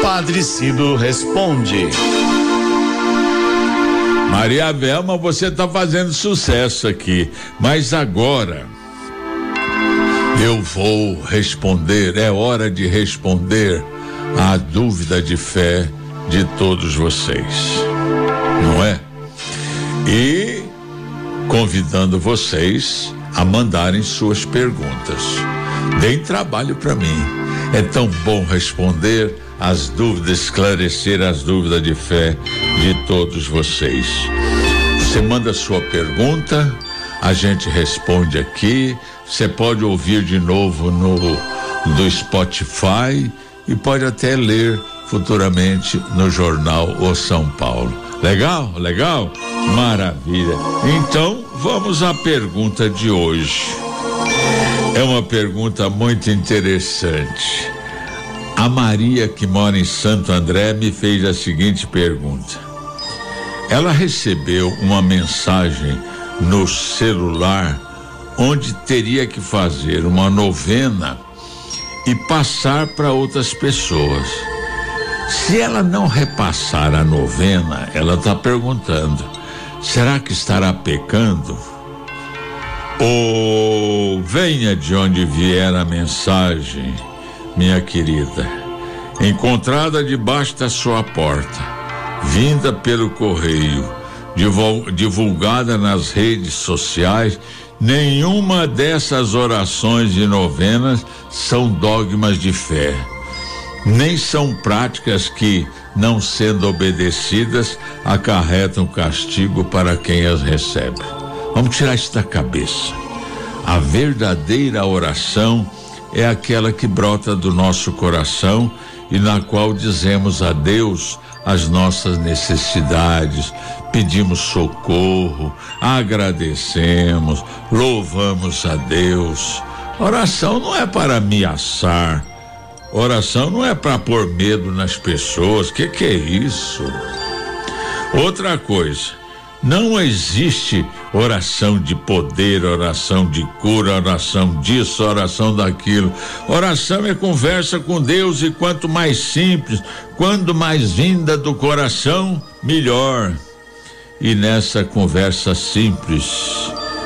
Padre Cido responde. Maria Velma, você está fazendo sucesso aqui, mas agora eu vou responder, é hora de responder à dúvida de fé de todos vocês, não é? E convidando vocês a mandarem suas perguntas. Deem trabalho para mim. É tão bom responder as dúvidas, esclarecer as dúvidas de fé de todos vocês. Você manda sua pergunta, a gente responde aqui. Você pode ouvir de novo do Spotify e pode até ler futuramente no jornal O São Paulo. Legal? Legal? Maravilha. Então, vamos à pergunta de hoje. É uma pergunta muito interessante. A Maria, que mora em Santo André, me fez a seguinte pergunta. Ela recebeu uma mensagem no celular onde teria que fazer uma novena e passar para outras pessoas. Se ela não repassar a novena, ela está perguntando, será que estará pecando? Ou venha de onde vier a mensagem, minha querida, encontrada debaixo da sua porta, vinda pelo correio, divulgada nas redes sociais, nenhuma dessas orações e novenas são dogmas de fé, nem são práticas que, não sendo obedecidas, acarretam castigo para quem as recebe. Vamos tirar isso da cabeça. A verdadeira oração é aquela que brota do nosso coração e na qual dizemos a Deus as nossas necessidades, pedimos socorro, agradecemos, louvamos a Deus. Oração não é para ameaçar, oração não é para pôr medo nas pessoas. Que é isso? Outra coisa, não existe oração de poder, oração de cura, oração disso, oração daquilo. Oração é conversa com Deus e quanto mais simples, quanto mais vinda do coração, melhor. E nessa conversa simples,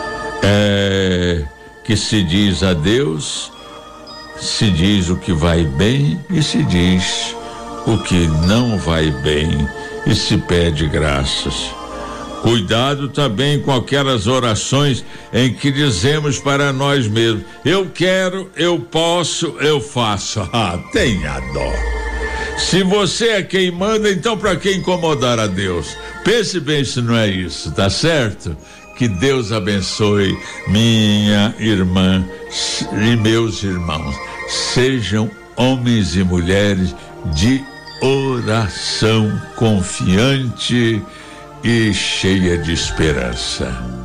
que se diz a Deus, se diz o que vai bem e se diz o que não vai bem e se pede graças. Cuidado também com aquelas orações em que dizemos para nós mesmos, eu quero, eu posso, eu faço. Tenha dó. Se você é quem manda, então para que incomodar a Deus? Pense bem se não é isso, tá certo? Que Deus abençoe minha irmã e meus irmãos. Sejam homens e mulheres de oração confiante e cheia de esperança.